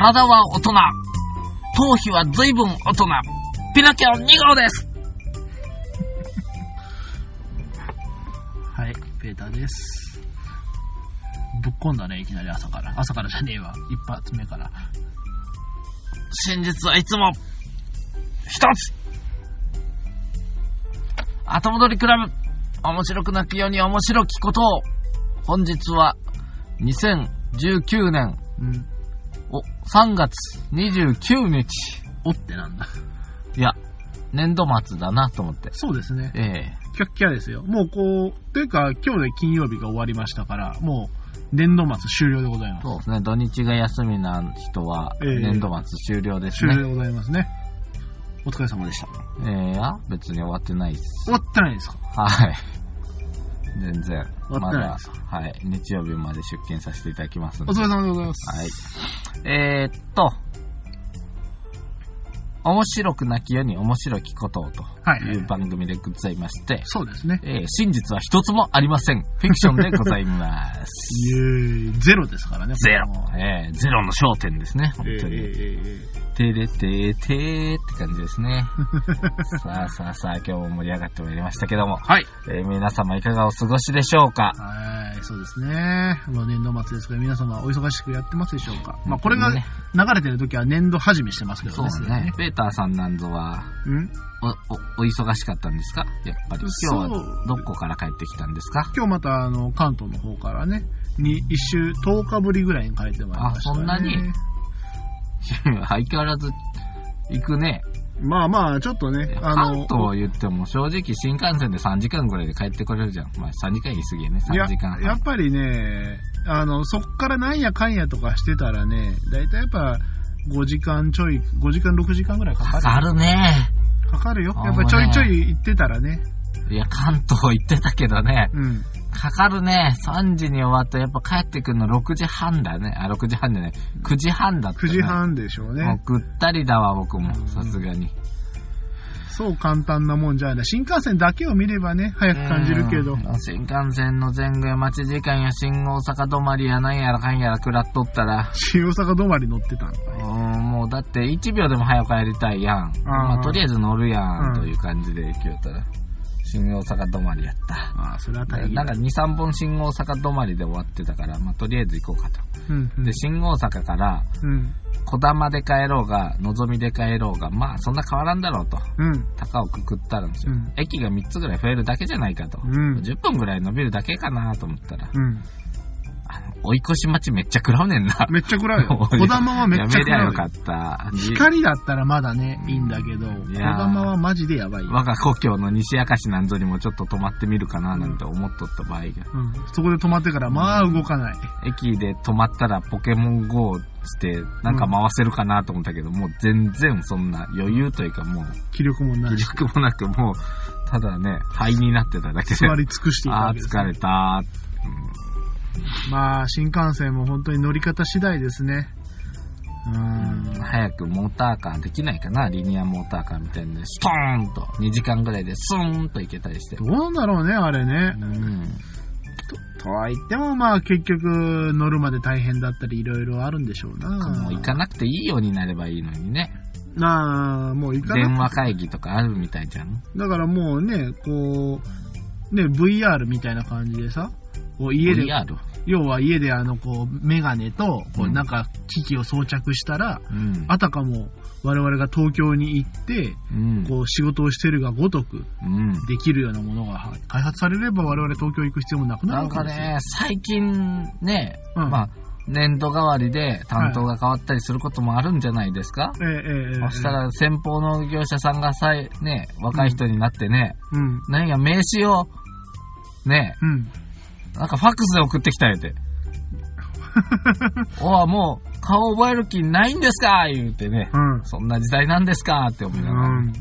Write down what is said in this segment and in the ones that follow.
体は大人。頭皮は随分大人。ピノキオ2号です。 はい、ペーターです。ぶっこんだね、いきなり朝から。朝からじゃねえわ、一発目から。 真実はいつも一つ。後戻りクラブ。面白くなくように面白きことを。本日は2019年、3月29日。 おってなんだ。 いや、年度末だなと思って。 そうですね。キャッキャですよ。もうこう、というか今日で金曜日が終わりましたから、もう年度末終了でございます。 そうですね。土日が休みな人は、年度末終了ですね。 終了でございますね。お疲れ様でした。 いや、別に終わってないです。 終わってないですか？ はい。全然。 終わってないです。 まだ、はい。日曜日まで出勤させていただきますので。 お疲れ様でございます。 はい。面白くなきように面白きことをという番組でございまして、 そうですね。 真実は一つもありません。フィクションでございます。 ゼロですからね。 ゼロ。ゼロの焦点ですね。本当に。てれてーてーって感じですね。さあ、今日も盛り上がってまいりましたけども。 はい。 皆様いかがお過ごしでしょうか？ はい、そうですね。もう年度末ですから皆様お忙しくやってますでしょうか？まあこれが流れてる時は年度始めしてますけどね。 そうね。ペーターさんなんぞは、お忙しかったんですか？やっぱり。今日はどこから帰ってきたんですか？ 今日また関東の方からね、一週10日ぶりぐらいに帰ってまいりましたね。 あ、そんなに？相変わらず行くね。 まあちょっとね、 関東言っても正直新幹線で3時間ぐらいで帰ってこれるじゃん。まあ3時間言い過ぎね。3時間半。 やっぱりね、そっからなんやかんやとかしてたらね、だいたいやっぱ5時間6時間ぐらいかかる。 かかるね。 かかるよ。やっぱちょいちょい行ってたらね。 いや、関東行ってたけどね。かかるね。3時に終わったらやっぱ帰ってくるの6時半だね。6時半でね。9時半だったね。 9時半でしょうね。 もうぐったりだわ、僕も。さすがに。 そう簡単なもんじゃない。新幹線だけを見ればね、早く感じるけど。 新幹線の前後や待ち時間や新大阪止まりやなんやらかんやら食らっとったら。 新大阪止まり乗ってたんだよ。 もうだって1秒でも早く帰りたいやん。まあとりあえず乗るやん、という感じで行きよったら。新大阪止まりやった。 それは大変。 なんか2、3本新大阪止まりで終わってたから、まあとりあえず行こうかと。で、新大阪から、小玉で帰ろうが、のぞみで帰ろうが、まあそんな変わらんだろうと。高をくくったらんですよ。駅が3つぐらい増えるだけじゃないかと。10分ぐらい伸びるだけかなと思ったら。追い越し待ちめっちゃ食らうねんな。 めっちゃ食らうよ。小玉はめっちゃ食らうよ。 やめりゃよかった。 光だったらまだね、いいんだけど、小玉はマジでやばいよ。 我が故郷の西明石なんぞにもちょっと止まってみるかななんて思っとった場合が。 そこで止まってからまあ動かない。 駅で止まったらポケモン GO してなんか回せるかなと思ったけど、もう全然そんな余裕というかもう。 気力もなくもう、ただね、灰になってただけで。 座り尽くしていたわけです。 疲れた。 まあ新幹線も本当に乗り方次第ですね。 早くモーターカーできないかな、リニアモーターカーみたいにストーンと2時間ぐらいでスーンと行けたりして。 どうなんだろうね、あれね。とは言ってもまあ結局乗るまで大変だったりいろいろあるんでしょうな。 もう行かなくていいようになればいいのにね。 もう行かなくて。 電話会議とかあるみたいじゃん。 だからもうね、こうね VR みたいな感じでさ。家で VR？ 要は家でこうメガネとこうなんか機器を装着したら、あたかも我々が東京に行って、こう仕事をしてるがごとくできるようなものが開発されれば我々東京行く必要もなくなるわけですよ。 なんかね、最近ね、まあ年度代わりで担当が変わったりすることもあるんじゃないですか？そしたら先方の業者さんがね、若い人になってね、なんや名刺をね、なんかファックスで送ってきたやて。もう顔覚える気ないんですか言うてね、そんな時代なんですかって思いながら、いや、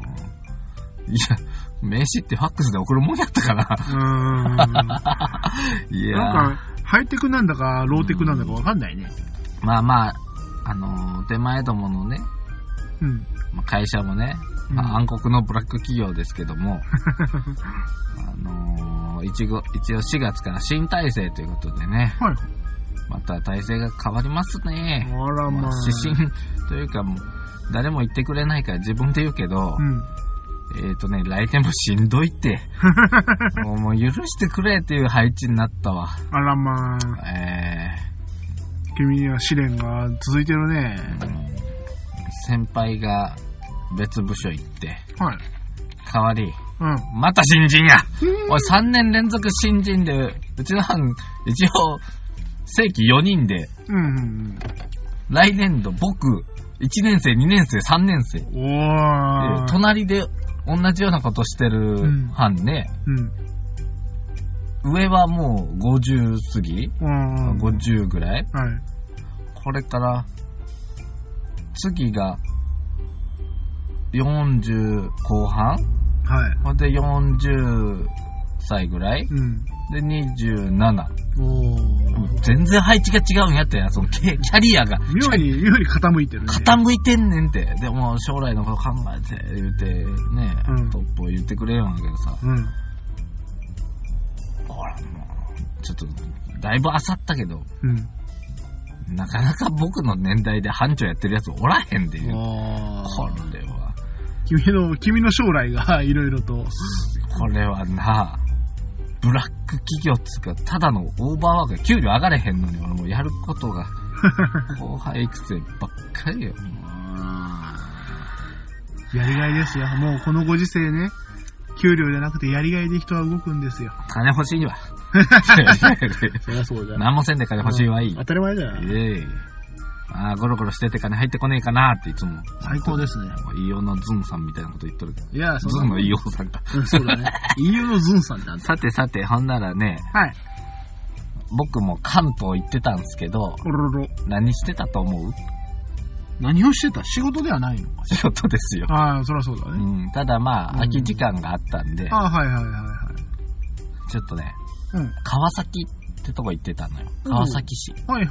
名刺ってファックスで送るもんやったかな。いや、 なんかハイテクなんだかローテクなんだかわかんないね。 まあ手前どものね、会社もね、暗黒のブラック企業ですけども、一応4月から新体制ということでね、 また体制が変わりますね。 あらまあ。 指針というか、もう誰も言ってくれないから自分で言うけど、来年もしんどいって。もう許してくれっていう配置になったわ。 あらまあ。君には試練が続いてるね。 先輩が別部署行って、 はい。 代わり、また新人や。おい、3年連続新人で、うちの班、一応、正規4人で、来年度僕、1年生、2年生、3年生。隣で同じようなことしてる班ね。上はもう50過ぎ、50ぐらい、これから、次が40後半、ほんで40歳ぐらい、で27。全然配置が違うんやって、そのキャリアが。 妙に傾いてるね。 傾いてんねんって。でも将来のこと考えて、言うて、ね、トップを言ってくれよんやけどさ。ほら、もう、ちょっと、だいぶ漁ったけど、なかなか僕の年代で班長やってるやつおらへんで、これは。 君の将来がいろいろと。 これはな、ブラック企業っつうか、ただのオーバーワークで給料上がれへんのに、俺もうやることが、後輩育成ばっかりよ。 やりがいですよ。もうこのご時世ね、給料じゃなくてやりがいで人は動くんですよ。 金欲しいわ。 そりゃそうじゃん。 何もせんで金欲しいはいい。 当たり前じゃん。 ゴロゴロしてて金入ってこねえかなっていつも。 最高ですね。 飯尾のズンさんみたいなこと言っとるけど。 いや、 ズンの飯尾さんか。 そうだね。飯尾のズンさんってさてさて、ほんならね。 はい。 僕も関東行ってたんですけど。何してたと思う？ 何をしてた？仕事ではないの？ 仕事ですよ。 ああ、そりゃそうだね。 ただまあ、空き時間があったんで。ちょっとね、川崎ってとこ行ってたのよ。川崎市。 はい。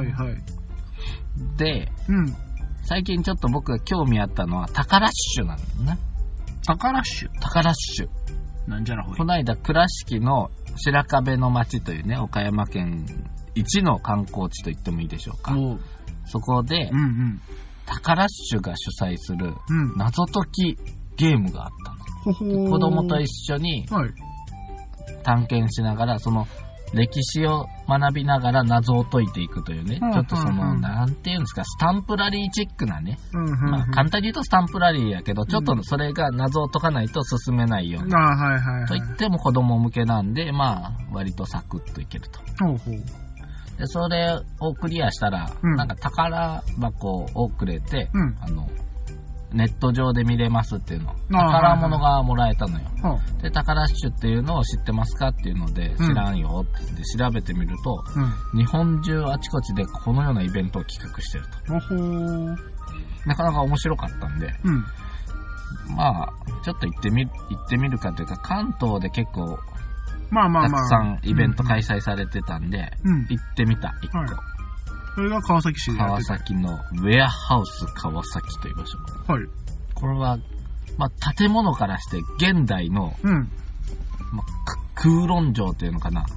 で、最近ちょっと僕が興味あったのはタカラッシュなんだね。 タカラッシュなんじゃらほい。 この間倉敷の白壁の町というね、岡山県一の観光地と言ってもいいでしょうか。そこで、タカラッシュが主催する謎解きゲームがあったの。子供と一緒に探検しながら、その歴史を学びながら謎を解いていくというね、ちょっとその、なんていうんですか、スタンプラリーチックなね、まあ簡単に言うとスタンプラリーやけど、ちょっとそれが謎を解かないと進めないような、と言っても子供向けなんで、まあ割とサクッといけると。で、それをクリアしたら、なんか宝箱をくれて、ネット上で見れますっていうの。宝物がもらえたのよ。で、タカラッシュっていうのを知ってますかっていうので、知らんよって言って調べてみると、日本中あちこちでこのようなイベントを企画してると。なかなか面白かったんで、まあ、ちょっと行ってみるかというか、関東で結構、たくさんイベント開催されてたんで、行ってみた、一個。 それが川崎市で川崎のウェアハウス川崎という場所。これは、まあ、建物からして現代の、まあ、空論城っていうのかな。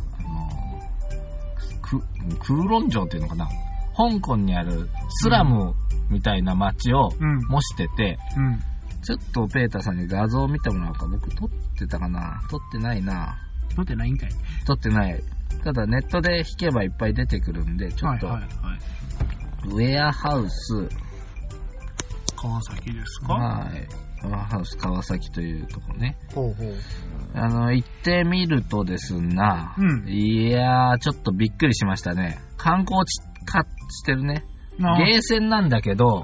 空論城っていうのかな。香港にあるスラムみたいな街を模してて、ちょっとペーターさんに画像を見てもらおうか。僕撮ってたかな？撮ってないな。 撮ってないんかい？ 撮ってない。ただネットで弾けばいっぱい出てくるんで、ちょっと、ウェアハウス川崎ですか？ はい。ウェアハウス川崎というとこね。行ってみるとですな、いやー、ちょっとびっくりしましたね。観光地化してるね。ゲーセンなんだけど、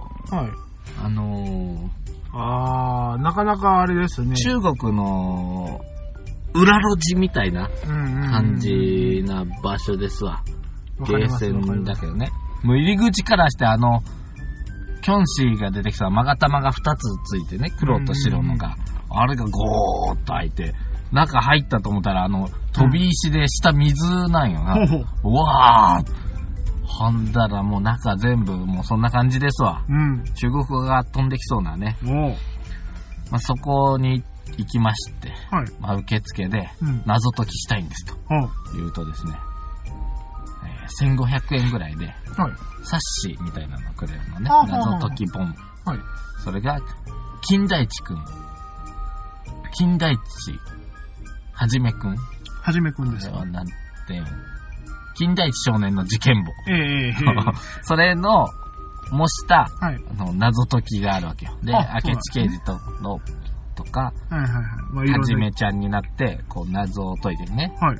なかなかあれですね。 中国の裏路地みたいな感じな場所ですわ。ゲーセンだけどね。もう入り口からしてキョンシーが出てきた勾玉が2つついてね、黒と白のが。あれがゴーッと開いて、中入ったと思ったら飛び石で下水なんよな。うわーほんだらもう中全部もうそんな感じですわ。中国語が飛んできそうなね。まあ、そこに行きまして、まあ、受付で謎解きしたいんですと言うとですね、 1500円ぐらいで、 はい。 冊子みたいなのくれるのね。 謎解き本。 はい。 それが、金田一くん。金田一はじめくん。 はじめくんですか。 なんていうの。金田一少年の事件簿。それの、模した、はい、謎解きがあるわけよ。で、明智刑事とか、はじめちゃんになって、こう、謎を解いてるね。はい。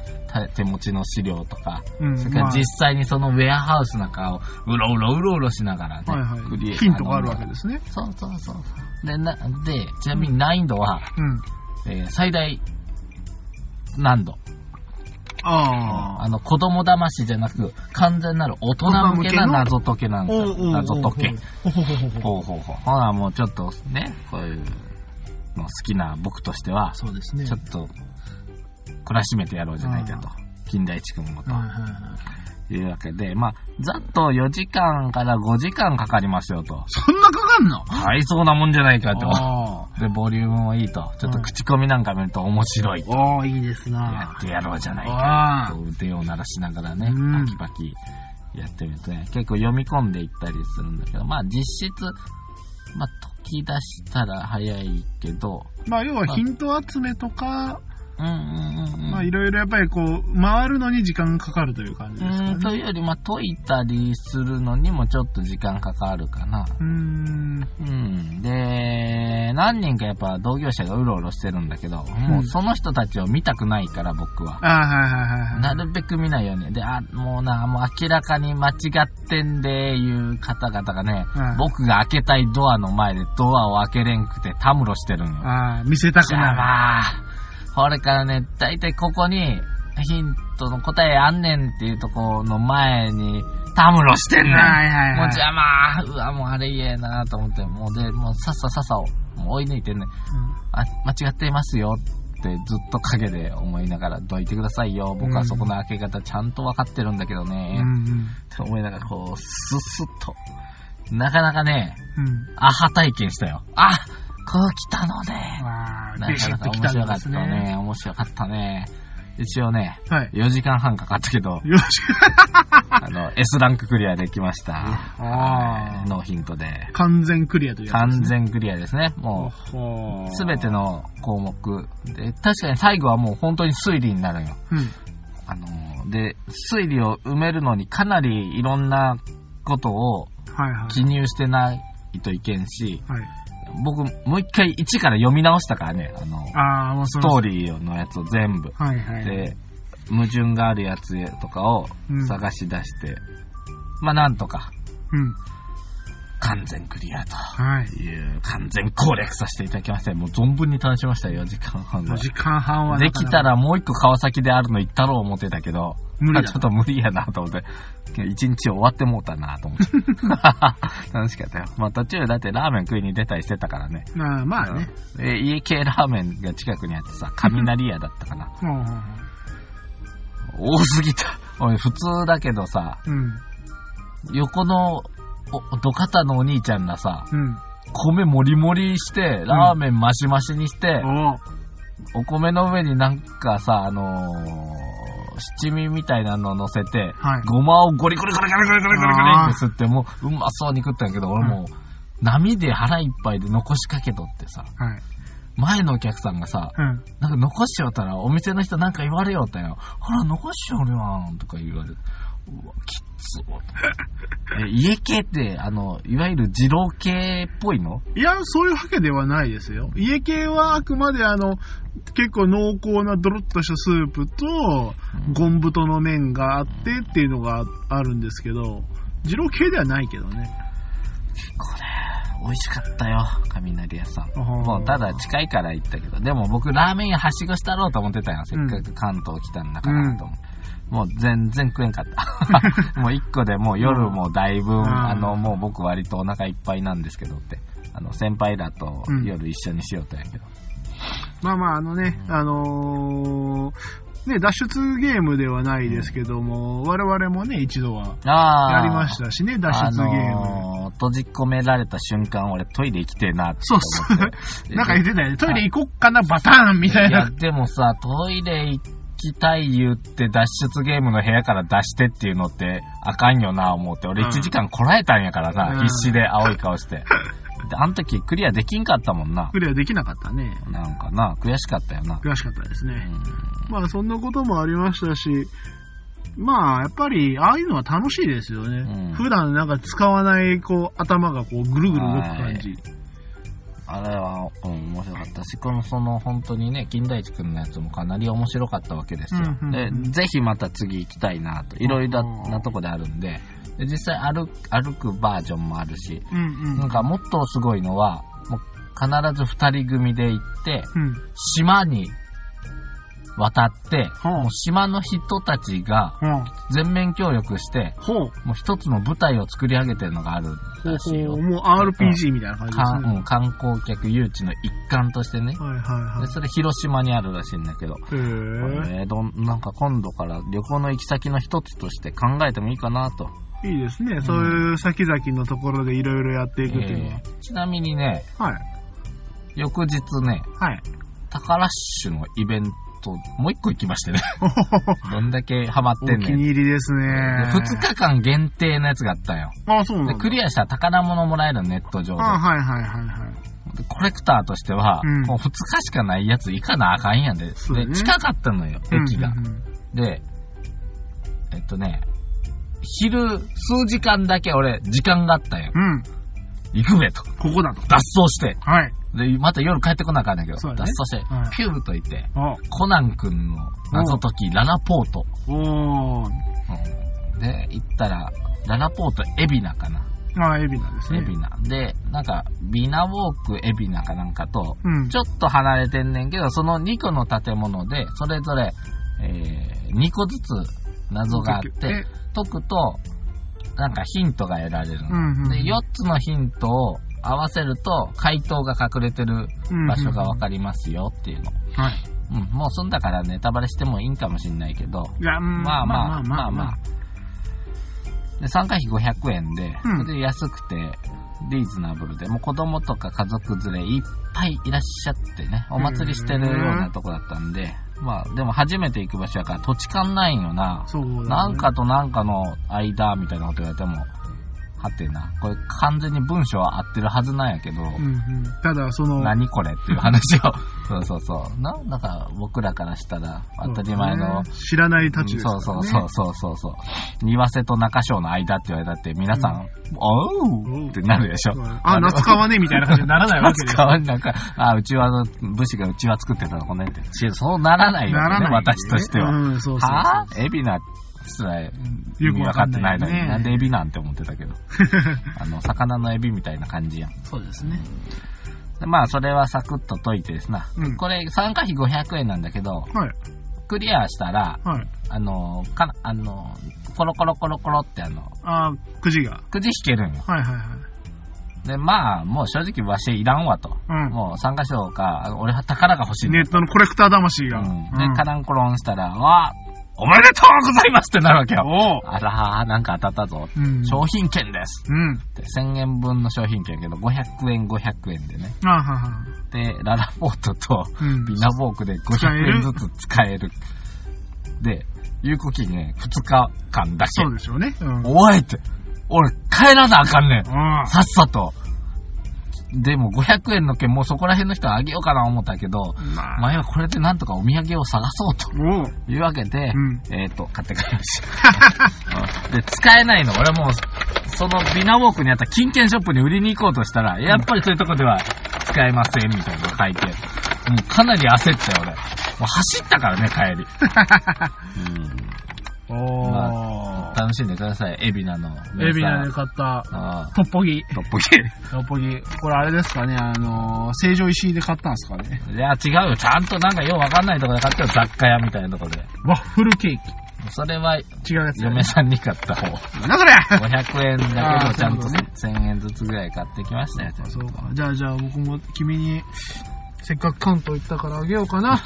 手持ちの資料とか、それから実際にそのウェアハウスなんかをうろうろしながらね、 ヒントがあるわけですね。 そう。で、ちなみに難易度は、最大難度。子供騙しじゃなく、完全なる大人向けな謎解けなんですよ。謎解け。ほら、もうちょっとね、こういうの好きな僕としては、そうですね。ちょっと、懲らしめてやろうじゃないかと。金田一くんもと。いうわけで、まあ、ざっと4時間から5時間かかりますよと。 そんなかかんの？ はい、そうなもんじゃないかと。で、ボリュームもいいと。ちょっと口コミなんか見ると面白いと。 いいですな。 やってやろうじゃないかと。腕を鳴らしながらね、パキパキやってみるとね、結構読み込んでいったりするんだけど、まあ実質、まあ解き出したら早いけど。 まあ要はヒント集めとか、まあいろいろやっぱりこう回るのに時間かかるという感じですかね。 というよりまあ解いたりするのにもちょっと時間かかるかな。で、何人かやっぱ同業者がうろうろしてるんだけど、もうその人たちを見たくないから僕は。なるべく見ないように。で、もう明らかに間違ってんでいう方々がね、僕が開けたいドアの前でドアを開けれんくてたむろしてるんよ。 見せたくない。 これからね、だいたいここにヒントの答えあんねんっていうとこの前にたむろしてんねん。もう邪魔。もうあれ言えなと思って、もうさっさをもう追い抜いてんねん。間違っていますよってずっと陰で思いながらどいてくださいよ。僕はそこの開け方ちゃんと分かってるんだけどね。って思いながらこう、スッと。なかなかね、アハ体験したよ。こう来たのね。なかなか面白かったね。面白かったね。一応ね、4時間半かかったけど、S ランククリアできました。ノーヒントで。 完全クリアというやつですね。 完全クリアですね。もう、すべての項目で、確かに最後はもう本当に推理になるよ。で、推理を埋めるのにかなりいろんなことを記入してないといけんし、僕、もう一回1から読み直したからね、ストーリーのやつを全部。で、矛盾があるやつとかを探し出して、まあなんとか、完全クリアという、完全攻略させていただきまして、もう存分に楽しみましたよ、4時間半は。 4時間半はできたらもう一個川崎であるの行ったろう思ってたけど、ちょっと無理やなと思って、一日終わってもうたなと思って。楽しかったよ。まあ途中だってラーメン食いに出たりしてたからね。 まあね。 家系ラーメンが近くにあってさ、雷屋だったかな。多すぎた。普通だけどさ、横の土方のお兄ちゃんがさ、米もりもりして、ラーメンマシマシにして、お米の上になんかさ、七味みたいなのを乗せて、ごまをゴリゴリゴリゴリゴリゴリゴリゴリって吸って、もううまそうに食ったんやけど、俺もう、波で腹いっぱいで残しかけとってさ、前のお客さんがさ、なんか残しよったらお店の人なんか言われよったよ。ほら、残しよるやんとか言われて。うわ、きつー。家系って、いわゆる二郎系っぽいの？ いや、そういうわけではないですよ。家系はあくまで結構濃厚なドロッとしたスープと、ゴン太の麺があってっていうのがあるんですけど、二郎系ではないけどね。 これ、美味しかったよ、雷屋さん。もうただ近いから行ったけど、でも僕ラーメン屋はしごしたろうと思ってたよ、せっかく関東来たんだからと思って。もう全然食えんかった。もう1個でもう夜もだいぶ、もう僕割とお腹いっぱいなんですけどって、先輩らと夜一緒にしようとやけど。 まあね、脱出ゲームではないですけども、我々もね、一度はやりましたしね、脱出ゲーム。 閉じ込められた瞬間、俺トイレ行きてえなって思って。そう。なんか言ってたよね。トイレ行こっかな、バターンみたいな。いや、 でもさ、トイレ行っきたい言って脱出ゲームの部屋から出してっていうのってあかんよな思って、俺1時間こらえたんやからな、必死で青い顔して。で、あの時クリアできんかったもんな。 クリアできなかったね。 なんかな、悔しかったよな。 悔しかったですね。まあそんなこともありましたし、まあやっぱりああいうのは楽しいですよね。普段なんか使わないこう頭がこうぐるぐる動く感じ。 あれは、面白かったし、本当にね、金田一くんのやつもかなり面白かったわけですよ。で、ぜひまた次行きたいなと、いろいろなとこであるんで、で実際歩くバージョンもあるし、なんかもっとすごいのは、もう必ず2人組で行って、島に渡って、もう島の人たちが全面協力して、もう一つの舞台を作り上げてるのがあるらしいよ。 もう RPG みたいな感じですね。 観光客誘致の一環としてね。でそれ広島にあるらしいんだけど、なんか今度から旅行の行き先の一つとして考えてもいいかなと。 いいですね。そういう先々のところでいろいろやっていくっていうのは。 ちなみにね、翌日ね、タカラッシュのイベント、もう一個行きましてね。どんだけハマってんねん。 お気に入りですね。 2日間限定のやつがあったんよ。 そうなんだ。 で、クリアしたら宝物もらえるネット上で。でコレクターとしては、もう2日しかないやつ行かなあかんやんで。で、近かったのよ、駅が。で、昼数時間だけ俺、時間があったよ。行くべと。 ここだと。 脱走して。で、また夜帰ってこなあかんねんけど、脱走して、ピューといて、コナン君の謎解き、ララポート。で、行ったら、ララポート、エビナかな。 エビナですね。 エビナ。で、なんか、ビナウォーク、エビナかなんかと、ちょっと離れてんねんけど、その2個の建物で、それぞれ、2個ずつ謎があって、解くと、なんかヒントが得られるの。で、4つのヒントを合わせると、回答が隠れてる場所がわかりますよっていうの。もうそんだからネタバレしてもいいんかもしんないけど、まあ。で、参加費500円で、で安くて、リーズナブルで、もう子供とか家族連れいっぱいいらっしゃってね、お祭りしてるようなとこだったんで、まあ、でも初めて行く場所やから土地勘ないんよな。なんかとなんかの間みたいなこと言われても、はてな。これ完全に文章は合ってるはずなんやけど、 ただ何これっていう話を、なんか僕らからしたら当たり前の、 知らないたちですからね。 そう。庭瀬と中小の間って言われたって皆さん、おうってなるでしょ。 夏川ねみたいな感じにならないわけですよ。 夏川なんか、うちわの武士がうちわ作ってたのこねって。そうならないよね、私としては。はぁ？エビナすら意味分かってないのに、なんでエビなんて思ってたけど。魚のエビみたいな感じやん。 そうですね。 まあ、それはサクッと解いてですな。これ、参加費500円なんだけど、クリアしたら、コロコロコロコロってくじが。 くじ引けるんよ。で、まあ、もう正直わしいらんわと。もう参加賞か、俺は宝が欲しい。 ネットのコレクター魂が。 で、カランコロンしたら、おめでとうございますってなるわけよ。あらー、なんか当たったぞ。商品券です。で1000円分の商品券やけど、500円500円でね。で、ララポートとビナボークで500円ずつ使える。で、有効期限2日間だけ。 そうですよね。 おいって、俺帰らなあかんねん。さっさと。でも500円の券もうそこら辺の人はあげようかな思ったけど、前はこれでなんとかお土産を探そうというわけで、買って帰りました。で、使えないの。俺もう、そのビナウォークにあった金券ショップに売りに行こうとしたら、やっぱりそういうとこでは使えませんみたいなの書いて、もうかなり焦ったよ俺。もう走ったからね、帰り。楽しんでください、エビナの。 エビナで買った、トッポギ。 トッポギ。 これあれですかね、成城石井で買ったんですかね。 いや、違うよ。ちゃんとなんかようわかんないとこで買ったよ。雑貨屋みたいなとこで。 ワッフルケーキ。 それは、違うやつ。 嫁さんに買った方。 なんそれ !500 円だけど、ちゃんと1000円ずつぐらい買ってきましたよ。 そうか。じゃあ僕も君に、せっかく関東行ったからあげようかな。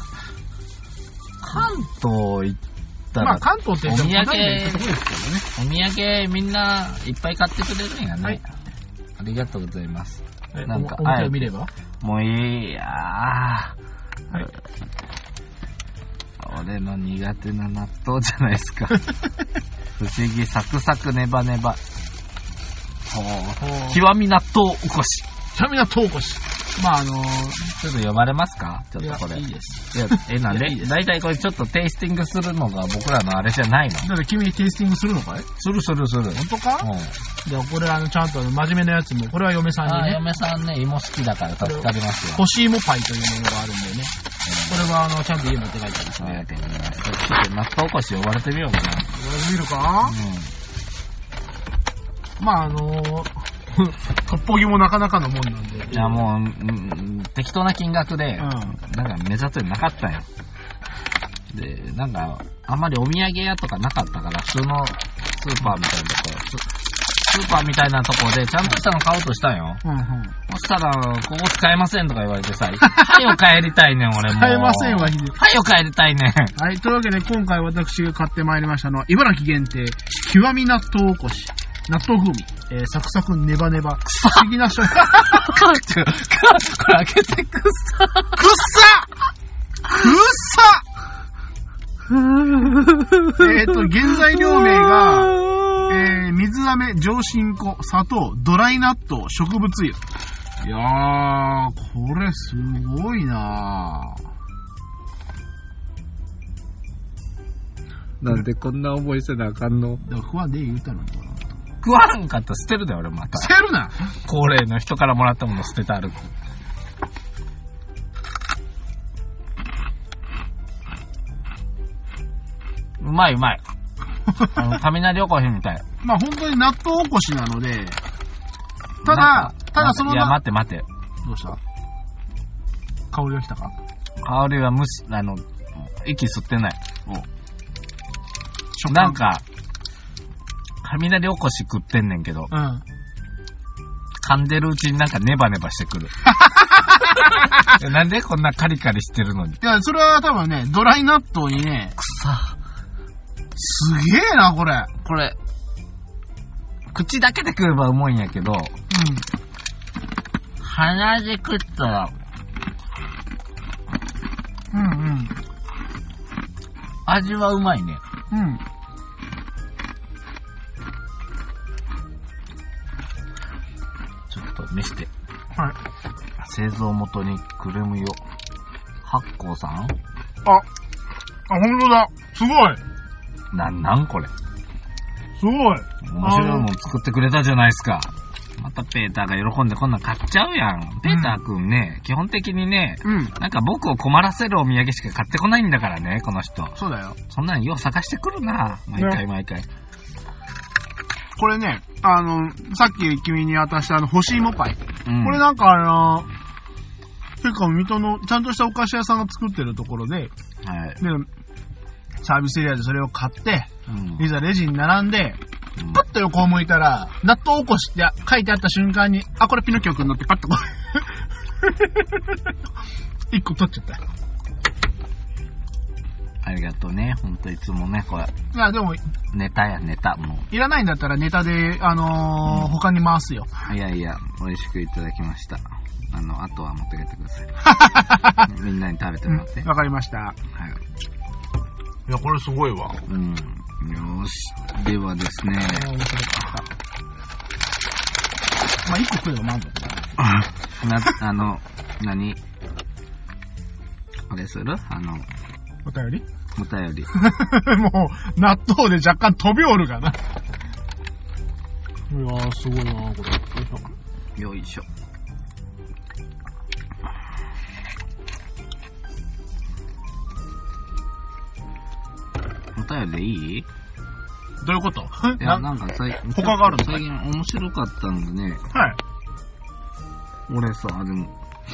関東行ったら、 関東って言ってもお土産みんないっぱい買ってくれるんやね。ありがとうございます。 なんか、お店を見ればもういいや俺の苦手な納豆じゃないですか。不思議サクサクネバネバ。極み納豆おこし。 極み納豆おこし。まあちょっと読まれますか？ちょっとこれ。 いいです。 いや、なんで？だいたいこれちょっとテイスティングするのが僕らのあれじゃないの？ だから君テイスティングするのかい？ する。 本当か？じゃあこれちゃんと真面目なやつも、これは嫁さんにね。 嫁さんね、芋好きだから助かりますよ。 干し芋パイというものがあるんでね。これはちゃんと家持って帰ったりして。 ちょっと納豆おこし呼ばれてみようかな。 呼ばれてみるか？まあトッポギもなかなかのもんなんで。 いやもう、適当な金額で、なんか目指すよなかったよ。で、なんか、あんまりお土産屋とかなかったから、普通のスーパーみたいなとこ、スーパーみたいなとこでちゃんとしたの買おうとしたんよ。そしたら、ここ使えませんとか言われてさ、はよ帰りたいねん、俺も。 使えませんわ、ひで。 はよ帰りたいねん。 はい、というわけで今回私が買ってまいりましたのは、茨城限定、極み納豆おこし。納豆風味、サクサクネバネバ。不思議な食感。 これ開けてくっさ。 原材料名が、水飴、上新粉、砂糖、ドライ納豆、植物油。いやー、これすごいなぁ。なんでこんな思いせなあかんの？ だから食わんで言うたのに。 食わんかったら捨てるだよ、俺また。 捨てるな！ 高齢の人からもらったもの捨てて歩く。うまい。雷おこしみたい。 まあ本当に納豆おこしなので、ただそのいや、待って。 どうした？香りが来たか？ 香りは息吸ってない。なんか、雷おこし食ってんねんけど、噛んでるうちになんかネバネバしてくる。なんでこんなカリカリしてるのに。いや、それは多分ね、ドライ納豆にね、すげえな、これ。 これ、口だけで食えばうまいんやけど、鼻で食ったら、味はうまいね。ちょっと見して。 はい。 製造元にくるむよ。発酵さん？ ほんとだ。すごい。 なんこれ。 すごい。 面白いもん作ってくれたじゃないですか。またペーターが喜んでこんなん買っちゃうやん。ペーターくんね、基本的にね、なんか僕を困らせるお土産しか買ってこないんだからね、この人。 そうだよ。 そんなんよう探してくるな、毎回。 これね、さっき君に渡した干し芋パイ。これなんか結構水戸のちゃんとしたお菓子屋さんが作ってるところで、で、サービスエリアでそれを買って、いざレジに並んで、パッと横を向いたら、納豆おこしって書いてあった瞬間に、これピノキオくんのってパッとこう、一個取っちゃった。 ありがとうね。ほんといつもね、これ。 いや、でも。 ネタ、もう。 いらないんだったらネタで、他に回すよ。 いや、美味しくいただきました。あとは持って帰ってください。みんなに食べてもらって。 わかりました。はい。いや、これすごいわ。 よし。ではですね。 まあ、一個食えば満足だ。 何あれするお便りもう、納豆で若干飛びおるがな。いやー、すごいなこれ。よいしょ。お便りでいい？ どういうこと？ いや、なんか他があるの？ 最近面白かったんでね。 はい。 俺さ、でも、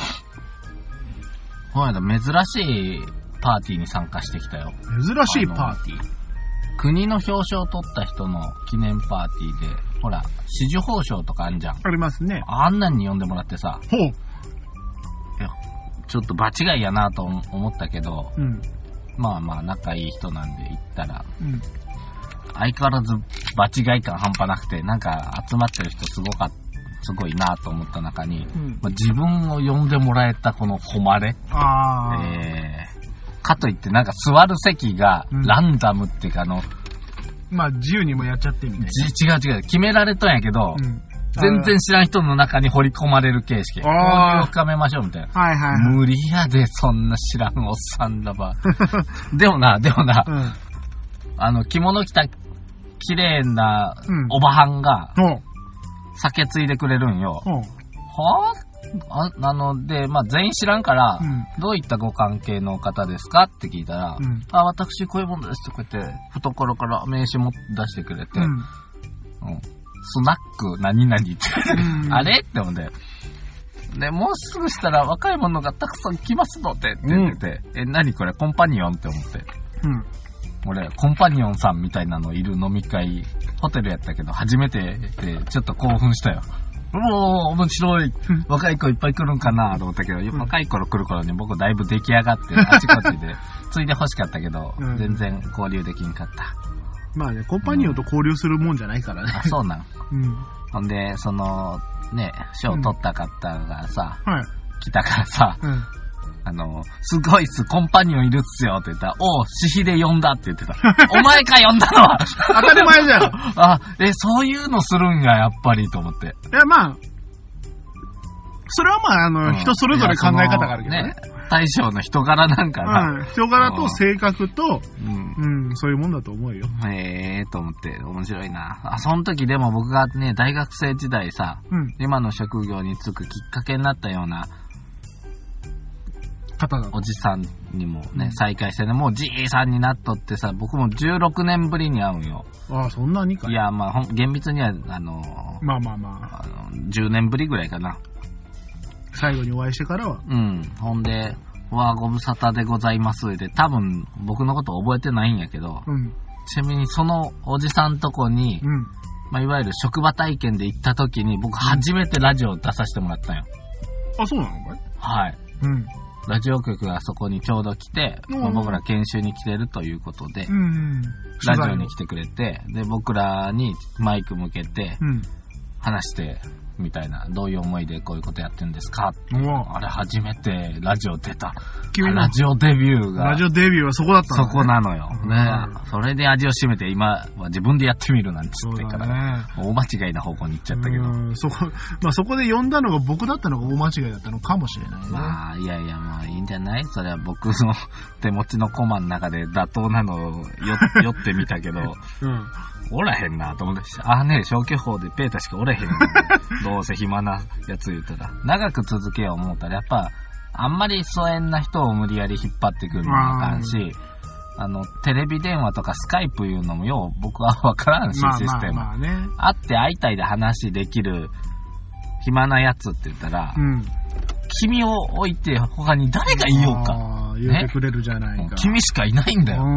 この間珍しいパーティーに参加してきたよ。 珍しいパーティー？ 国の表彰を取った人の記念パーティーで、ほら、紫綬褒章とかあんじゃん。 ありますね。 あんなんに呼んでもらってさ。 ほう。いや、ちょっと場違いやなと思ったけど、まあ仲いい人なんで行ったら、相変わらず場違い感半端なくて、なんか集まってる人すごいなと思った中に、自分を呼んでもらえたこの誉れ。 かといってなんか座る席がランダムっていうかまあ自由にもやっちゃってみたいな。 違う。決められとんやけど、全然知らん人の中に掘り込まれる形式。交流を深めましょうみたいな。 はいはい、はい。 無理やで、そんな知らんおっさんらば。でもな、着物着た綺麗なおばはんが、酒ついでくれるんよ。はぁ？なので、まあ、全員知らんから、どういったご関係の方ですかって聞いたら、私こういうものですってこうやって、懐から名刺も出してくれて、スナック何々って、あれって思って。で、もうすぐしたら若い者がたくさん来ますのでって言ってて、何これコンパニオンって思って。俺、コンパニオンさんみたいなのいる飲み会、ホテルやったけど、初めてで、ちょっと興奮したよ。もう、面白い。若い子いっぱい来るんかなと思ったけど、若い頃来る頃に僕だいぶ出来上がって、あちこちで、ついで欲しかったけど、全然交流できんかった。 まあね、コンパニオンと交流するもんじゃないからね。 あ、そうなん。ほんで、賞取った方がさ、来たからさ、すごいっす、コンパニオンいるっすよって言ったら、私費で呼んだって言ってた。お前か呼んだのは当たり前じゃん。 そういうのするんや、やっぱりと思って。 いや、まあ、それはまあ、人それぞれ考え方があるけどね。 大将の人柄なんかな。 人柄と性格と、そういうもんだと思うよ。 と思って、面白いな。その時でも僕がね、大学生時代さ、今の職業に就くきっかけになったような、おじさんにもね、再会してね、もうじいさんになっとってさ、僕も16年ぶりに会うんよ。 ああ、そんなにかい。 いや、まあ、厳密には、 まあ。 10年ぶりぐらいかな。 最後にお会いしてからは。 ほんで、ご無沙汰でございますで、多分僕のこと覚えてないんやけど、ちなみにそのおじさんとこに、まあ、いわゆる職場体験で行った時に、僕初めてラジオを出させてもらったんよ。 あ、そうなのかい？ はい。ラジオ局がそこにちょうど来て、僕ら研修に来てるということで、ラジオに来てくれて、で、僕らにマイク向けて、話して、みたいな、どういう思いでこういうことやってるんですか？あれ初めてラジオ出た。ラジオデビューが。 ラジオデビューはそこだったのね。そこなのよ。ね。それで味を占めて、今は自分でやってみるなんつってから、大間違いな方向に行っちゃったけど。 そこで呼んだのが僕だったのが大間違いだったのかもしれないね。 まあ、いや、まあいいんじゃない？それは僕の手持ちのコマの中で妥当なのを酔ってみたけど、おらへんなと思って、消去法でペータしかおらへんな。どうせ暇なやつ言ったら。長く続けよう思ったら、やっぱ、あんまり疎遠な人を無理やり引っ張ってくるのもあかんし、テレビ電話とかスカイプいうのもよう僕はわからんし、システム。会って会いたいで話できる暇なやつって言ったら、君を置いて他に誰がいようか。 言ってくれるじゃないか。 君しかいないんだよ。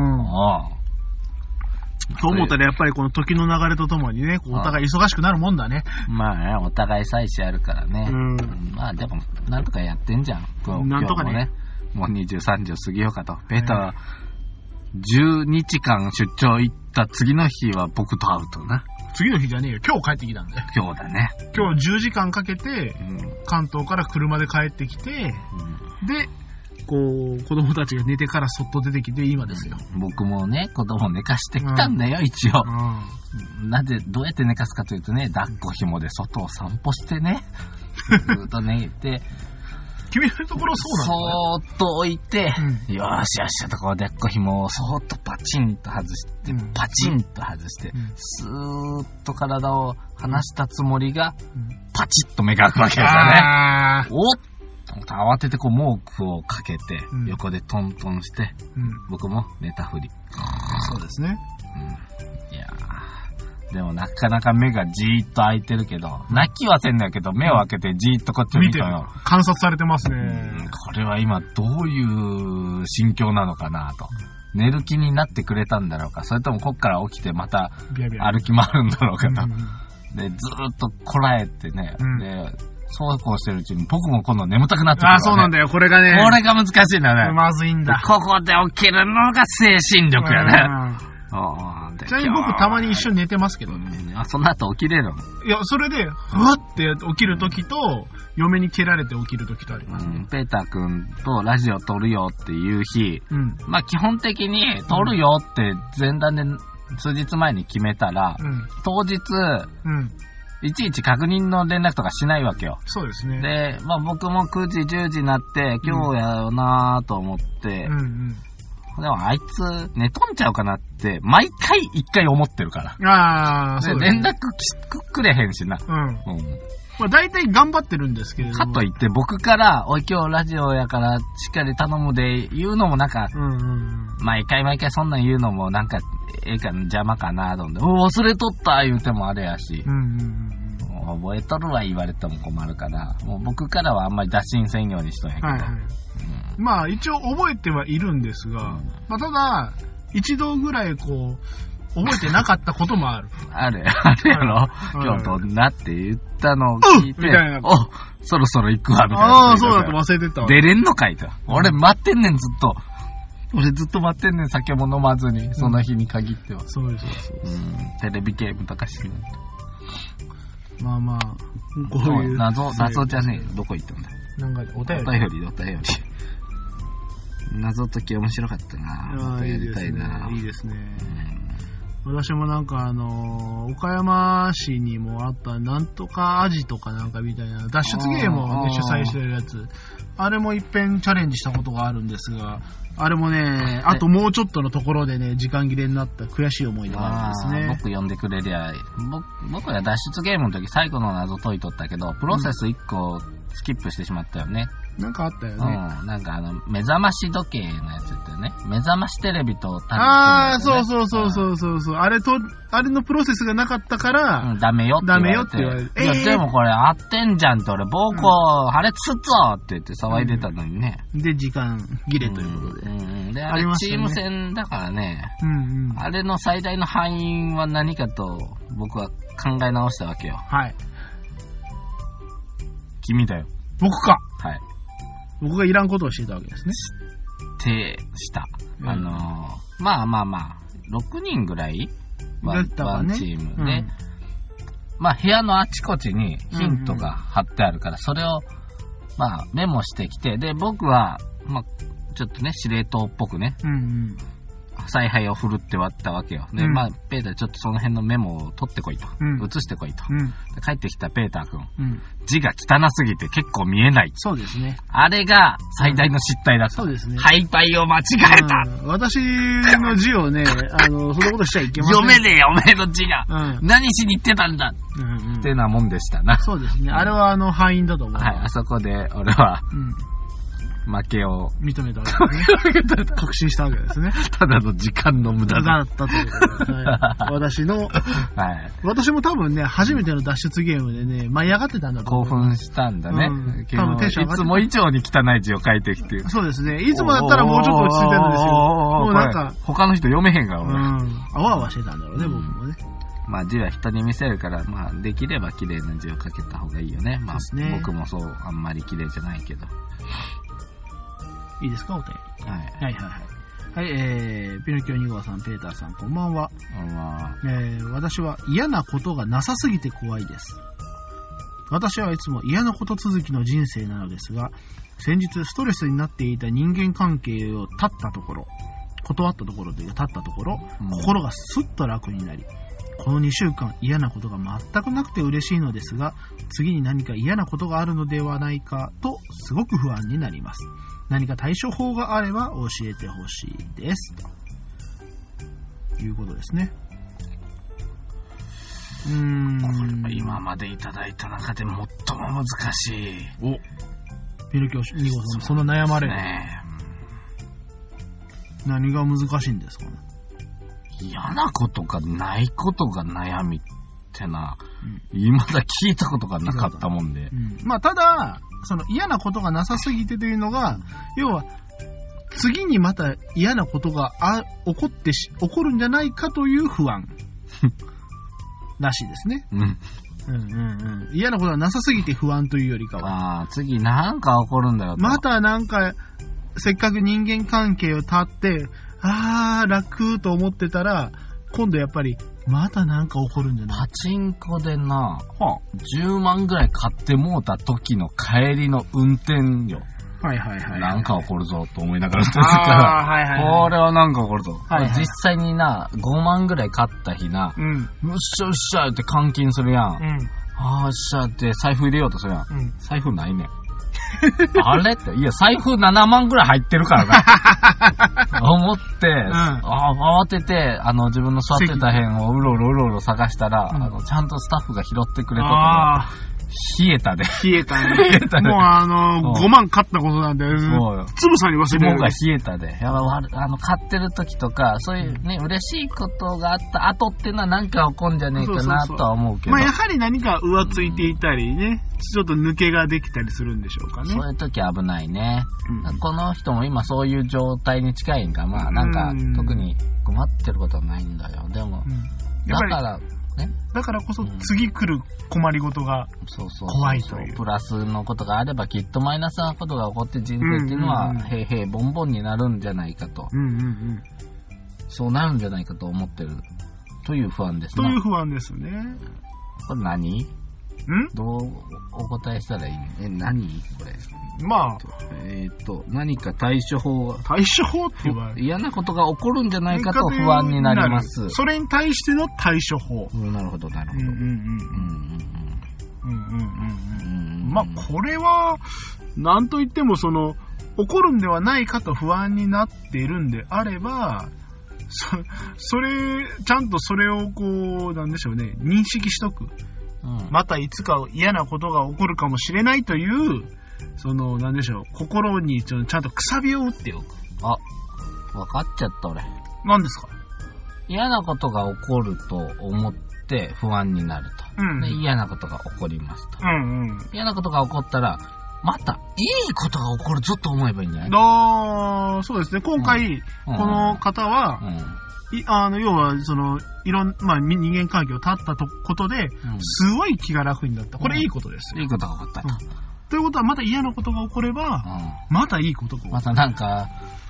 と思ったらやっぱりこの時の流れとともにね、お互い忙しくなるもんだね。 まあね、お互い妻子あるからね。まあでも、なんとかやってんじゃん。 なんとかね。 もう20、30過ぎようかと。ペータは、10日間出張行った次の日は僕と会うとな。 次の日じゃねえよ。今日帰ってきたんだよ。 今日だね。 今日10時間かけて、関東から車で帰ってきて、で、子供たちが寝てからそっと出てきて今ですよ。 僕もね、子供寝かしてきたんだよ、一応。どうやって寝かすかというとね、抱っこ紐で外を散歩してね、ずっと寝て、 君のところそうなの？そーっと置いて、よしよしとこう抱っこ紐をそーっとパチンと外して、パチンと外して、スーッと体を離したつもりが、パチッと目が開くわけですよね。おっ慌てて毛布をかけて、横でトントンして、僕も寝たふり。 そうですね。 いやでもなかなか目がじーっと開いてるけど、泣きはせんだけど、目を開けてじーっとこっちを見たよ。 観察されてますね。 これは今どういう心境なのかなと。寝る気になってくれたんだろうか、それともこっから起きてまた歩き回るんだろうかと。で、ずーっとこらえてね、で、そうこうしてるうちに僕も今度眠たくなってくる、ね。 そうなんだよ。これがね。 これが難しいんだよね。 まずいんだ。 ここで起きるのが精神力やね。 んで。 ちなみに僕たまに一緒に寝てますけどね。 その後起きれるの？ いや、それで、ふわって起きるときと、嫁に蹴られて起きるときとあります、 ペーター君とラジオ撮るよっていう日、まあ基本的に撮るよって前段で数日前に決めたら、当日、いちいち確認の連絡とかしないわけよ。 そうですね。 で、まあ僕も9時、10時になって、今日やよなーと思って、でもあいつ寝とんちゃうかなって、毎回一回思ってるから。そうですね。連絡くれへんしな。まあ大体頑張ってるんですけれども。 かといって僕から、おい今日ラジオやからしっかり頼むで言うのもなんか、毎回そんなん言うのもなんか、邪魔かなと思って、忘れとった言うてもあれやし、覚えとるわ言われても困るから、もう僕からはあんまり打診せんようにしとんやけど。 まあ一応覚えてはいるんですが、まあただ、一度ぐらいこう、覚えてなかったこともある。 あるやろ、今日とんなって言ったのを聞いて、そろそろ行くわみたいな。 そうだと忘れてたわ。 出れんのかいと。俺待ってんねんずっと。俺ずっと待ってんねん、酒も飲まずに、その日に限っては。 そう。 テレビゲームとかしてる。 まあ、こういう。 謎じゃねえ。どこ行ったんだ。 なんか、お便り。 謎解き面白かったな。やりたいな。 いいですね。私もなんか岡山市にもあったなんとかアジとかなんかみたいな脱出ゲームを、ね、主催してるやつ。あれも一遍チャレンジしたことがあるんですが、あれもね、あともうちょっとのところでね、時間切れになった悔しい思い出があるんですね。 僕呼んでくれりゃ、僕は脱出ゲームの時最後の謎解いとったけど、プロセス1個スキップしてしまったよね。 なんかあったよね。 なんか目覚まし時計のやつだったよね。目覚ましテレビとタブレット、ね。そう。あれのプロセスがなかったから、 ダメよって言われて。いや、でもこれ合ってんじゃんって俺、暴行破裂すっぞって言って騒いでたのにね。 で、時間切れということで。 で、あれチーム戦だからね。あれの最大の敗因は何かと僕は考え直したわけよ。 はい。 君だよ。 僕か。 はい。 僕がいらんことをしていたわけですね。 した。まあ、6人ぐらいワンチームで、まあ部屋のあちこちにヒントが貼ってあるから、それを、まあメモしてきて、で、僕は、まあ、ちょっとね、司令塔っぽくね、采配を振るって割ったわけよ。で、まあ、ペーターちょっとその辺のメモを取ってこいと。写してこいと。帰ってきたペーター君。字が汚すぎて結構見えない。 そうですね。 あれが最大の失態だった。 そうですね。 配配を間違えた。 私の字をね、そんなことしちゃいけません。 読めねえよ、おめえの字が。何しに行ってたんだ。ってなもんでしたな。 そうですね。あれは敗因だと思う。 はい、あそこで俺は、負けを認めたわけですね。確信したわけですね。 ただの時間の無駄だったということで、私も多分ね、初めての脱出ゲームでね、舞い上がってたんだと思う。 興奮したんだね。 多分テンション上がってた。 いつも以上に汚い字を書いてきて。 そうですね。いつもだったらもうちょっと落ち着いてるんですよ。もうなんか他の人読めへんから、 あわあわしてたんだろうね、僕もね。 まあ字は人に見せるから、まあできれば綺麗な字を書けた方がいいよね。まあ僕もそう、あんまり綺麗じゃないけど。 いいですか、お便り。はい。はい、ピノキオ2号さん、ペーターさん、こんばんは。私は嫌なことがなさすぎて怖いです。私はいつも嫌なこと続きの人生なのですが、先日ストレスになっていた人間関係を断ったところ、心がスッと楽になり、この2週間嫌なことが全くなくて嬉しいのですが、次に何か嫌なことがあるのではないかとすごく不安になります。何か対処法があれば教えてほしいです。ということですね。 今までいただいた中で最も難しい。 ピノキオ2号さん、そんな悩まれる。何が難しいんですかね。 嫌なことがないことが悩みってな、未だ聞いたことがなかったもんで。 まあただ、その嫌なことがなさすぎてというのが、要は次にまた嫌なことが起こるんじゃないかという不安らしいですね。嫌なことがなさすぎて不安というよりかは、 次なんか起こるんだよと。 またなんかせっかく人間関係を断って楽と思ってたら今度やっぱり、またなんか起こるんじゃない？ パチンコでな、10万ぐらい買ってもうた時の帰りの運転よ。 はいはいはい。 なんか起こるぞと思いながらしてるから、 はいはいはい、 これはなんか起こるぞ。 はいはい、 実際にな、5万ぐらい買った日な、うっしゃうっしゃって換金するやん。あーっしゃって財布入れようとするやん。財布ないねん。あれって、いや、財布7万ぐらい入ってるからな。思って、慌てて、自分の座ってた辺をうろうろ探したら、ちゃんとスタッフが拾ってくれとか、冷えたで。 冷えたね。冷えたね。もう5万買ったことなんで、つぶさに忘れてる。 肝が冷えたで。やば買ってる時とか、そういうね、嬉しいことがあった後ってのはなんか起こんじゃねえかなとは思うけど。 まあやはり何か浮ついていたりね、ちょっと抜けができたりするんでしょうかね。 そういう時危ないね。この人も今そういう状態に近いんか、まあなんか特に困ってることはないんだよ。でも、だから、ね、 だからこそ次来る困りごとが怖いという。 プラスのことがあればきっとマイナスなことが起こって人生っていうのは平々ボンボンになるんじゃないかと。そうなるんじゃないかと思ってるという不安ですね。 という不安ですね。 これ何？どうお答えしたらいいの？何これ。 まあ、 何か対処法が。 対処法って言われる。 嫌なことが起こるんじゃないかと不安になります。 それに対しての対処法。 なるほど、なるほど。 まあ、これは、なんといっても起こるんではないかと不安になっているんであれば、ちゃんとそれをなんでしょうね、認識しとく。またいつか嫌なことが起こるかもしれないという、なんでしょう、心にちゃんとくさびを打っておく。 あ、わかっちゃった俺。 何ですか？ 嫌なことが起こると思って不安になると。で、嫌なことが起こりますと。嫌なことが起こったら、またいいことが起こるぞと思えばいいんじゃない？ そうですね。今回、この方は、要は、まあ、人間関係を断ったことで、すごい気が楽になった。これいいことですよ。 いいことが起こったと。 ということは、また嫌なことが起これば、またいいことが起こる。 またなんか、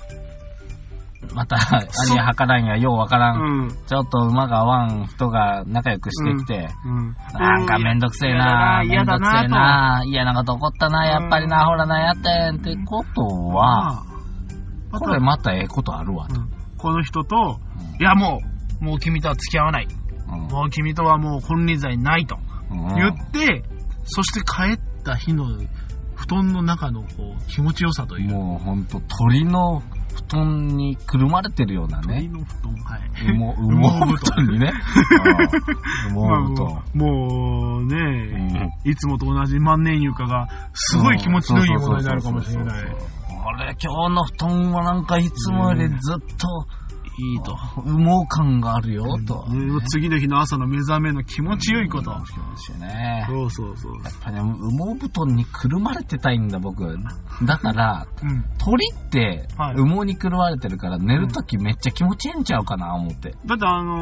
ありやはからんや、ようわからん。ちょっと馬が合わん人が仲良くしてきて、なんかめんどくせえな、嫌なこと起こったな、やっぱりな、ほらな、やったんってことは、これまたええことあるわと。 この人と、いやもう君とは付き合わない。もう君とはもう金輪際ないと言って、そして帰った日の布団の中の気持ちよさという。 もうほんと鳥の布団にくるまれてるようなね。 鳥の布団、はい。 羽毛布団にね。羽毛布団。 もうね、いつもと同じ万年床がすごい気持ちのいいものになるかもしれない。 あれ、今日の布団はなんかいつもよりずっと、 いいと。 羽毛感があるよ、と。 次の日の朝の目覚めの気持ちよいこと。 気持ちいいね。 そう。 やっぱね、羽毛布団にくるまれてたいんだ、僕。だから、鳥って、羽毛にくるまれてるから、寝るときめっちゃ気持ちいいんちゃうかな、思って。 だって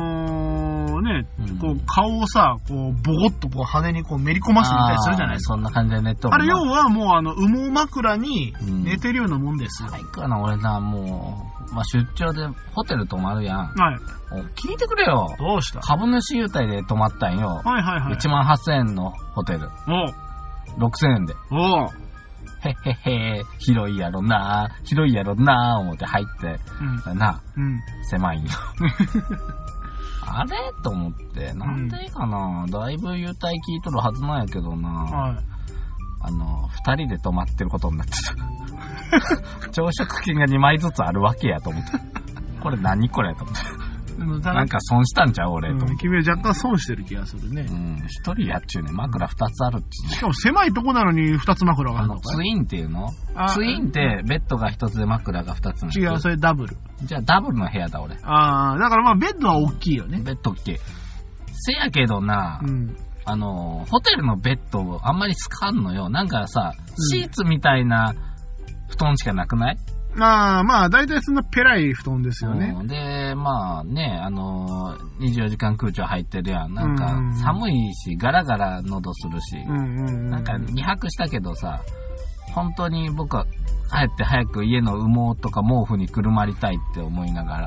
顔をさ、ボコッと羽にめり込ませてみたりするじゃないですか。 そんな感じで寝とる。 あれ、要はもう羽毛枕に寝てるようなもんですよ。 最高な、俺な、もう、出張でホテル泊まるやん。 はい。 聞いてくれよ。 どうした？ 株主優待で泊まったんよ。 はい。 18,000円のホテル。6,000円で。へへへ、広いやろな、思って入って、狭いんよ。あれと思って、なんでかな、だいぶ優待聞いとるはずなんやけどな。2人で泊まってることになってた。朝食券が2枚ずつあるわけやと思って。これ何これと思って。なんか損したんちゃう俺と思って。 君は若干損してる気がするね。 一人やっちゅうね。枕2つあるっちゅうね。 しかも狭いとこなのに2つ枕があるのか。 ツインっていうの？ツインってベッドが1つで枕が2つなんです。 違う、それダブル。 じゃあダブルの部屋だ俺。 だからベッドは大きいよね。 ベッド大きい。せやけどな、ホテルのベッドあんまり好かんのよ。なんかさ、シーツみたいな布団しかなくない？ 大体そんなペラい布団ですよね。 で、24時間空調入ってるやん。なんか、寒いし、ガラガラ喉するし。なんか、2泊したけどさ、本当に僕は帰って早く家の羽毛とか毛布にくるまりたいって思いながら。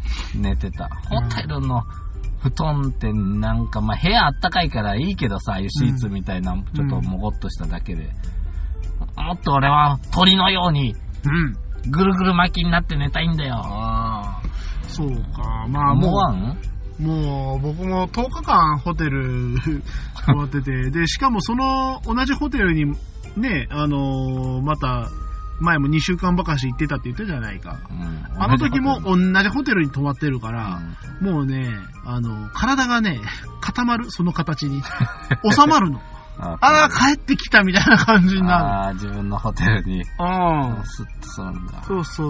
寝てた。ホテルの布団ってなんか、まあ、部屋あったかいからいいけどさ、シーツみたいな、ちょっともごっとしただけで。もっと俺は鳥のように、ぐるぐる巻きになって寝たいんだよ。 そうか。まあもう僕も10日間ホテル終わってて、で、しかもその同じホテルにね、また、前も2週間ばかし行ってたって言ったじゃないか。あの時も同じホテルに泊まってるから、もうね、体がね、固まる、その形に。収まるの。帰ってきたみたいな感じになる。 自分のホテルに。スッとするんだ。 そう。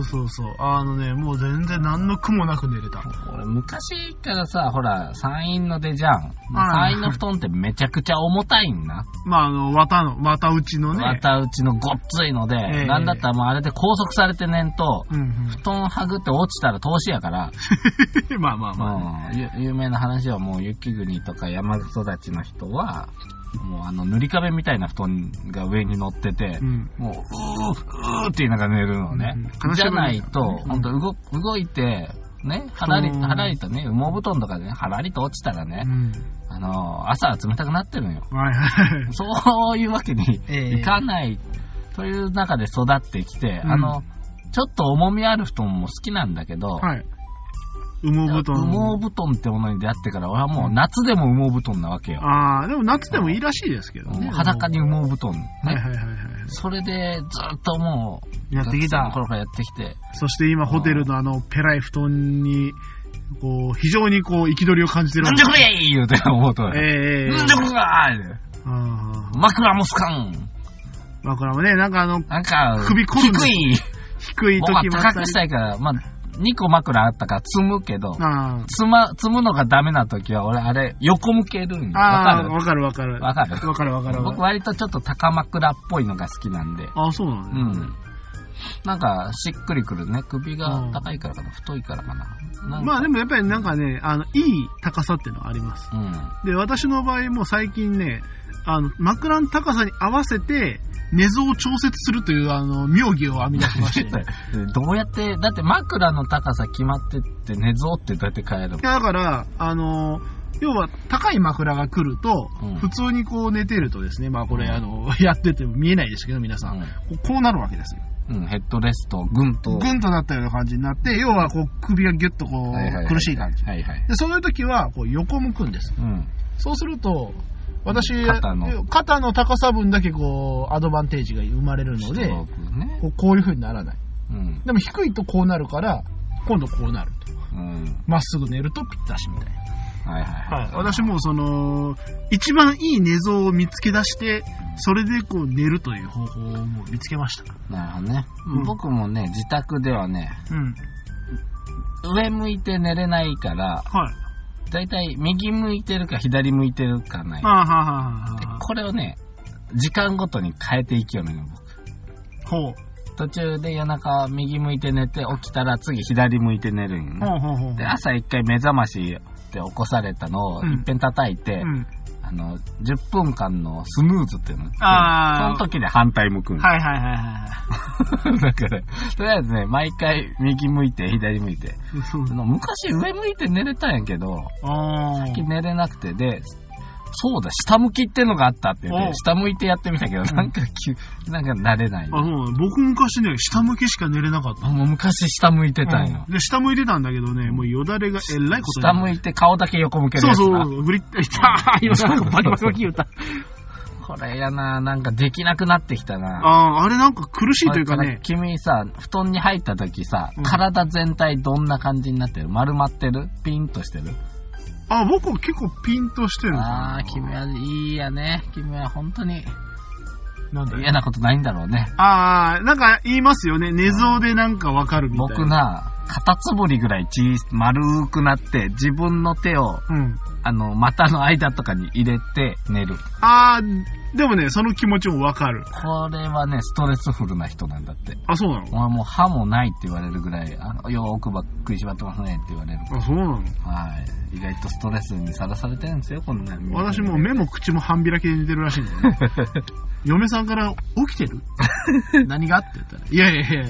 もう全然何の苦もなく寝れた。 俺、昔からさ、ほら、山陰の出じゃん。山陰の布団ってめちゃくちゃ重たいんな。 まあ、綿打ちのね。 綿打ちのごっついので、なんだったらもうあれで拘束されて寝んと、布団はぐって落ちたら投資やから。 まあ。 有名な話はもう雪国とか山育ちの人は、もう塗り壁みたいな布団が上に乗ってて、もう、って言いながら寝るのね。じゃないと、ほんと動いて、ね、はらりとね、羽毛布団とかでね、はらりと落ちたらね、朝は冷たくなってるのよ。そういうわけにいかないという中で育ってきて、ちょっと重みある布団も好きなんだけど、 羽毛布団ってものに出会ってから俺はもう夏でも羽毛布団なわけよ。 でも夏でもいいらしいですけどね。 裸に羽毛布団ね。それでずっともうやってきた。 頃からやってきて。 そして今ホテルのペライ布団にこう非常にこう憤りを感じてる。 なんじゃこりゃい言うて思うと。なんじゃこりゃ枕もすかん。 枕もねなんか首こる低い時もあったり。 高くしたいから2個枕あったから積むけど、積むのがダメな時は、俺あれ、横向けるんだ。 わかる。 僕割とちょっと高枕っぽいのが好きなんで。 そうなんだ。 なんか、しっくりくるね。首が高いからかな、太いからかな。 まあでもやっぱりなんかね、いい高さっていうのがあります。で、私の場合も最近ね、枕の高さに合わせて、寝相を調節するという妙技を編み出しまして。 どうやって、だって枕の高さ決まってって寝相ってどうやって変えるの？ だから、要は高い枕が来ると、普通にこう寝てるとですね、まあこれやってても見えないですけど皆さん、こうなるわけですよ。 ヘッドレスト、ぐんとなったような感じになって、要はこう首がギュッとこう苦しい感じ。で、そういう時はこう横向くんです。そうすると、私、肩の高さ分だけこう、アドバンテージが生まれるので、こういう風にならない。でも低いとこうなるから、今度こうなると。まっすぐ寝るとぴったしみたいな。私も一番いい寝相を見つけ出して、それでこう寝るという方法を見つけました。 なるほどね。僕もね、自宅ではね、上向いて寝れないから、だいたい右向いてるか左向いてるかない。これをね、時間ごとに変えていきよるの、僕。途中で夜中右向いて寝て起きたら次左向いて寝るんよ、ね。で、朝一回目覚ましで起こされたのを一遍叩いて、10分間のスヌーズっていうの。その時で反対向くんだ。だから、とりあえずね、毎回右向いて左向いて。昔上向いて寝れたんやけど、最近寝れなくて、で、そうだ、下向きってのがあったって言って、下向いてやってみたけど、なんか慣れない。 僕昔ね、下向きしか寝れなかった。 もう昔下向いてたんよ。 で、下向いてたんだけどね、もうよだれがえらいこと下向いて顔だけ横向けるやつな。 グリッといたー今なんかバキバキバキ言った。 これやな、なんかできなくなってきたな。 あれなんか苦しいというかね。 君さ、布団に入った時さ、体全体どんな感じになってる？丸まってる？ピンとしてる？ 僕は結構ピンとしてる。 君はいいやね。君は本当に嫌なことないんだろうね。 なんか言いますよね。寝相でなんかわかるみたいな。 僕な、カタツムリぐらい丸くなって、自分の手を、股の間とかに入れて寝る。 でもね、その気持ちもわかる。 これはね、ストレスフルな人なんだって。 そうなの？ 俺もう歯もないって言われるぐらい、よーくばっくり縛ってますねって言われる。 そうなの？ 意外とストレスにさらされてるんですよ、こんなに。 私もう目も口も半開きで寝てるらしいんだよね。嫁さんから起きてる何がって言ったら、いや、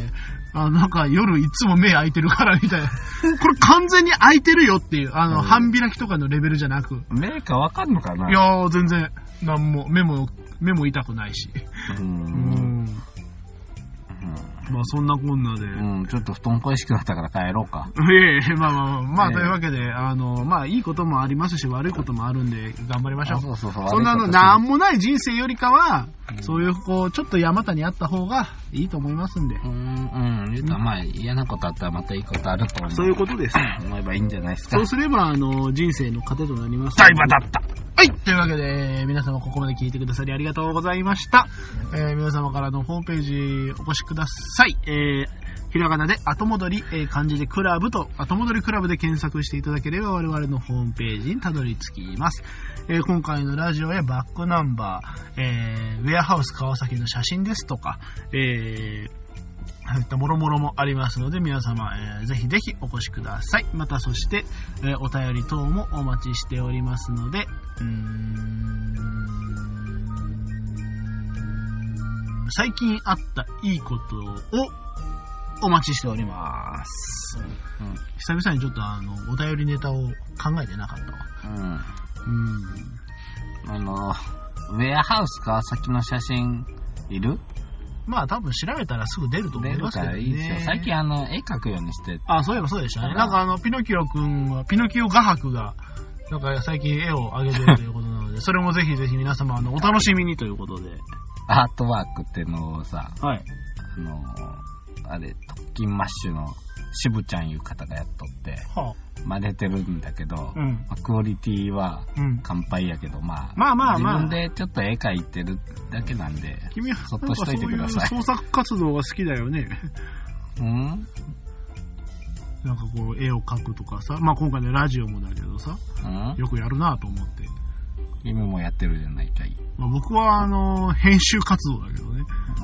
なんか夜いつも目開いてるからみたいな。これ完全に開いてるよっていう、半開きとかのレベルじゃなく。 目かわかんのかな？ いやー、全然、なんも、目も痛くないし。まあそんなこんなで。 ちょっと布団恋しくなったから帰ろうか。 まあというわけで、まあいいこともありますし、悪いこともあるんで、頑張りましょう。そんななんもない人生よりかは、そういう、ちょっと山田にあった方がいいと思いますんで。 まあ嫌なことあったらまたいいことあると思う。 そういうことです。 思えばいいんじゃないですか。 そうすれば、人生の糧となります。 大場だった。 はい。というわけで、皆様ここまで聞いてくださりありがとうございました。皆様からのホームページお越しください。ひらがなで後戻り、漢字でクラブと後戻りクラブで検索していただければ我々のホームページにたどり着きます。今回のラジオやバックナンバー、ウェアハウス川崎の写真ですとか、そういったもろもろもありますので皆様、ぜひぜひお越しください。またそして、お便り等もお待ちしておりますので、最近あったいいことをお待ちしております。久々にちょっとお便りネタを考えてなかったわ。 ウェアハウス川崎の写真いる？ まあ多分調べたらすぐ出ると思いますけどね。 出るからいいですよ。最近絵描くようにして。 そういえばそうでしたね。なんかピノキオくんは、ピノキオ画伯が、なんか最近絵を上げてるということなので、それもぜひぜひ皆様お楽しみにということで。 アートワークってのをさ、 はい。 特勤マッシュの渋ちゃんいう方がやっとって、真似てるんだけど、クオリティは乾杯やけど、まあ自分でちょっと絵描いてるだけなんで、 君はそっとしといてください。 創作活動が好きだよね。なんか絵を描くとかさ、まあ今回のラジオもだけどさ、よくやるなと思って。 君もやってるじゃないかい。 僕は編集活動だけどね。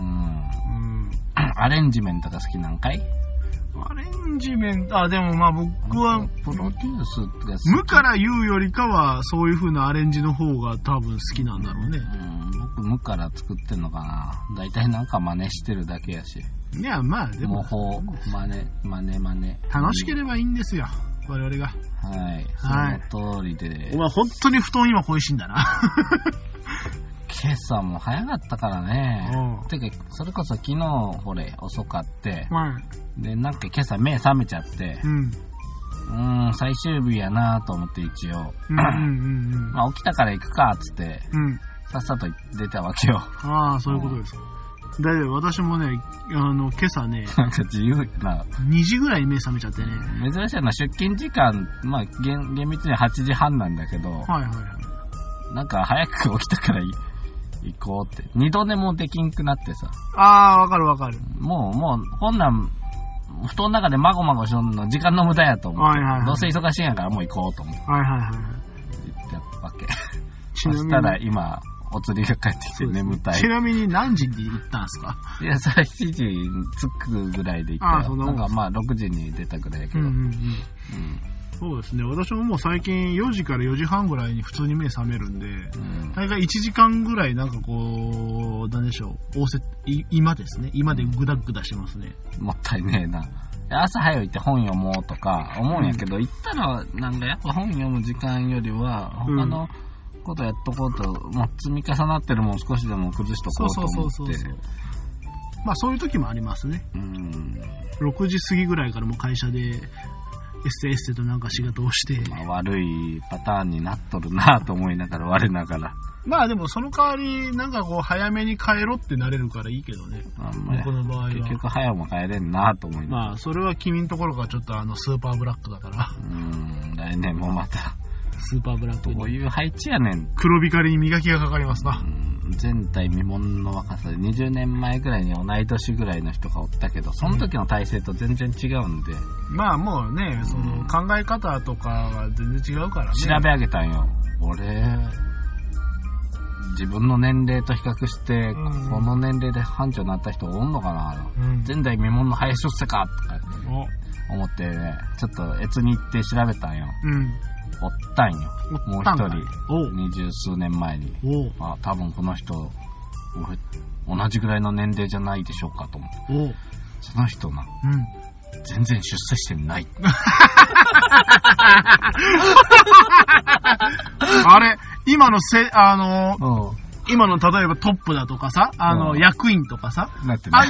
アレンジメントが好きなんかい？ アレンジメント、でもまあ僕は、 プロデュースが好き。 無から言うよりかは、そういう風なアレンジの方が多分好きなんだろうね。 僕無から作ってんのかな。だいたいなんか真似してるだけやし。 いや、まあでも。 模倣、真似。 楽しければいいんですよ。我々が。 はい。その通りで。 お前本当に布団今恋しいんだな。 今朝も早かったからね。てか、それこそ昨日、遅かって。で、なんか今朝目覚めちゃって。最終日やなと思って一応。まあ起きたから行くか、つって。さっさと出たわけよ。 そういうことですか。だいぶ私もね、今朝ね、 なんか自由な。 2時ぐらいに目覚めちゃってね。 珍しいのは出勤時間、まあ厳密に8時半なんだけど、なんか早く起きたから行こうって。二度寝もできんくなってさ。 わかるわかる。 もう、こんなん、布団の中でまごまごしとんの時間の無駄やと思って。どうせ忙しいんやからもう行こうと思って。行ったわけ。そしたら今、お釣りが帰ってきて眠たい。 ちなみに何時に行ったんすか？ いや、それ7時に着くぐらいで行ったよ。なんかまあ6時に出たぐらいやけど。 そうですね。私ももう最近4時から4時半ぐらいに普通に目覚めるんで、大概1時間ぐらいなんかなんでしょう、今ですね。今でグダグダしてますね。 もったいねえな。朝早いって本読もうとか思うんやけど、行ったらなんかやっぱ本読む時間よりは他のことやっとこうと、積み重なってるもん少しでも崩しとこうと思って。 まあそういう時もありますね。6時過ぎぐらいからもう会社でエッセとなんか仕事をして、 悪いパターンになっとるなと思いながら我ながら。 まあでもその代わりなんか早めに帰ろってなれるからいいけどね。僕の場合は結局早も帰れんなと思いながら。 まあそれは君のところがちょっとスーパーブラックだから。 来年もまたスーパーブラック。 どういう配置やねん。 黒光りに磨きがかかりますな。 前代未聞の若さで20年前ぐらいに同い年ぐらいの人がおったけど、その時の体制と全然違うんで。 まあもうね、その考え方とかは全然違うからね。 調べ上げたんよ。自分の年齢と比較して、この年齢で班長になった人おんのかな、前代未聞の早出世かとか思ってね、ちょっと越に行って調べたんよ。おったんよ。もう一人、20数年前に。多分この人、同じぐらいの年齢じゃないでしょうかと思って。 その人な。全然出世してない。 あれ、今の今の例えばトップだとかさ、役員とかさ、 なってない。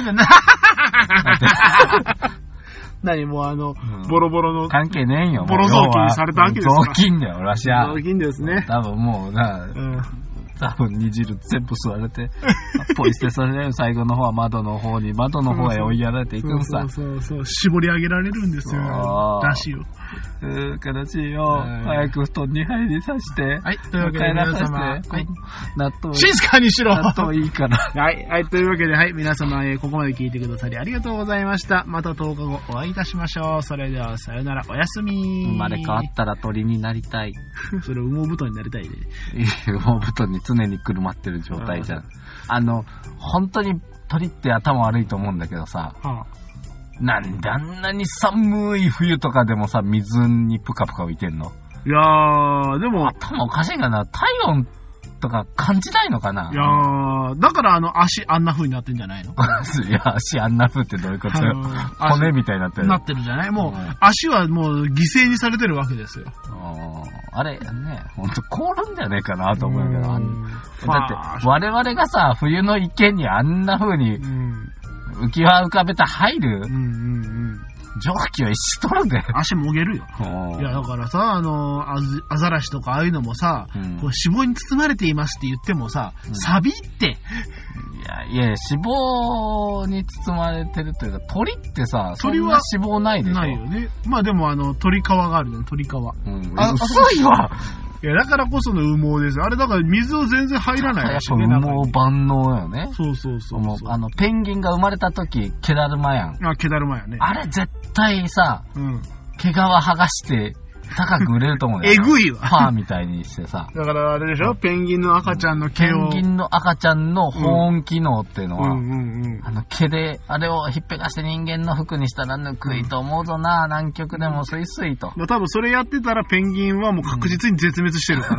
何もボロボロの。 関係ねえよ。 ボロ雑巾されたわけですか。 雑巾だよ、俺はしゃ。 雑巾ですね。 多分もう多分煮汁全部吸われて、ポイ捨てされる最後の方は窓の方へ追いやられていくんさ。 そう。絞り上げられるんですよ。だしを。 悲しいよ。早く布団に入りさせて。 はい、というわけで皆様、 納豆。 静かにしろ。 納豆いいから。 はい、というわけで、皆様、ここまで聞いてくださりありがとうございました。また10日後お会いいたしましょう。それでは、さよなら、おやすみ。 生まれ変わったら鳥になりたい。 それ、羽毛布団になりたいで。 羽毛布団に常にくるまってる状態じゃん。本当に鳥って頭悪いと思うんだけどさ、なんであんなに寒い冬とかでもさ、水にプカプカ浮いてんの？ いやー、でも。 頭おかしいかな。体温とか感じないのかな？ いやー、だから足あんな風になってんじゃないの？ いや、足あんな風ってどういうことよ。骨みたいになってる。 なってるじゃない？もう、足はもう犠牲にされてるわけですよ。 あれね、ほんと凍るんじゃねえかなと思うけど。だって我々がさ、冬の池にあんな風に浮き輪浮かべた入る蒸気を石取るで。 足もげるよ。いや、だからさ、アザラシとかああいうのもさ、こう脂肪に包まれていますって言ってもさ、サビって。 いや、脂肪に包まれてるというか、鳥ってさ、鳥は脂肪ないでしょ？ ないよね。まあでも鳥皮があるね、鳥皮。 薄いわ。 いや、だからこその羽毛です。あれだから水を全然入らないらしいね。 羽毛万能よね。 そう。 ペンギンが生まれた時、毛だるまやん。 毛だるまやね。 あれ絶対さ、毛皮剥がして、高く売れると思うよ。 えぐいわ。 パーみたいにしてさ。 だからあれでしょ？ペンギンの赤ちゃんの毛を。 ペンギンの赤ちゃんの保温機能っていうのは、毛で、あれをひっぺがして人間の服にしたらぬくいと思うぞな、南極でもスイスイと。 多分それやってたらペンギンはもう確実に絶滅してるから。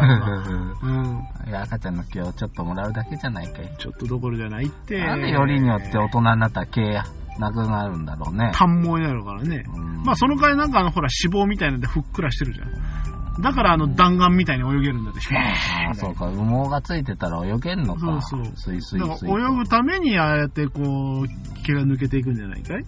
いや、赤ちゃんの毛をちょっともらうだけじゃないかい。 ちょっとどころじゃないって。 なんでよりによって大人になったら毛なくなるんだろうね。 短毛になるからね。まあその代わりなんかほら脂肪みたいなんでふっくらしてるじゃん。だから弾丸みたいに泳げるんだってしょ。 そうか、羽毛がついてたら泳げんのか。 そう。 スイスイ。 泳ぐためにああやってこう毛が抜けていくんじゃないかい？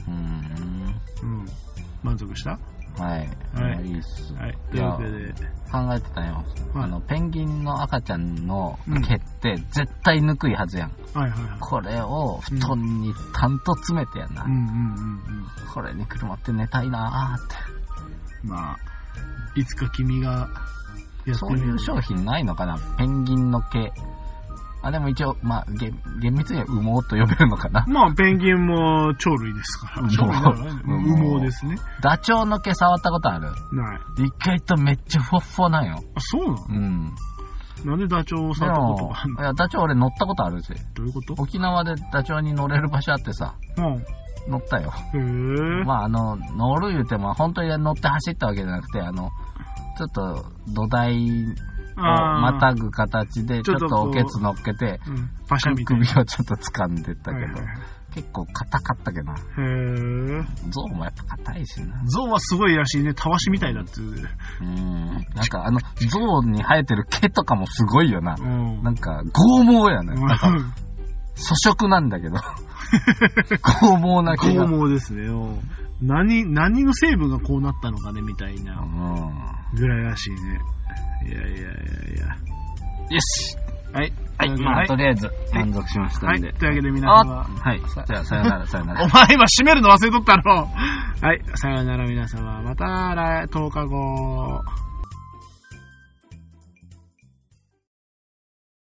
満足した？ はい。いいっす。 はい。というわけで。 考えてたよ。ペンギンの赤ちゃんの毛って絶対ぬくいはずやん。これを布団にたんと詰めてやな。これにくるまって寝たいなーって。 まあ、いつか君がやってみる。 そういう商品ないのかな？ペンギンの毛。でも一応、まあ、厳密には羽毛と呼べるのかな。 まあ、ペンギンも鳥類ですから。羽毛ですね。 ダチョウの毛触ったことある？ ない。 意外とめっちゃふわふわなんよ。 あ、そうなの？なんでダチョウを触ったことがあるの？ いや、ダチョウ俺乗ったことあるぜ。 どういうこと？ 沖縄でダチョウに乗れる場所あってさ。乗ったよ。まあ、乗る言うても、本当に乗って走ったわけじゃなくて、ちょっと土台をまたぐ形で、ちょっとおけつ乗っけて、首をちょっと掴んでったけど、結構硬かったけどな。象もやっぱ硬いしな。 象はすごいらしいね。たわしみたいだって。 なんか象に生えてる毛とかもすごいよな。なんか剛毛やね。なんか粗食なんだけど。剛毛な毛が。 剛毛ですね。何の成分がこうなったのかねみたいなぐらいらしいね。いや。よし。はい。 まあ、とりあえず満足しましたんで。 というわけで皆様。 はい。じゃあ、さよなら。 お前今閉めるの忘れとったの。はい。さよなら皆様。また10日後。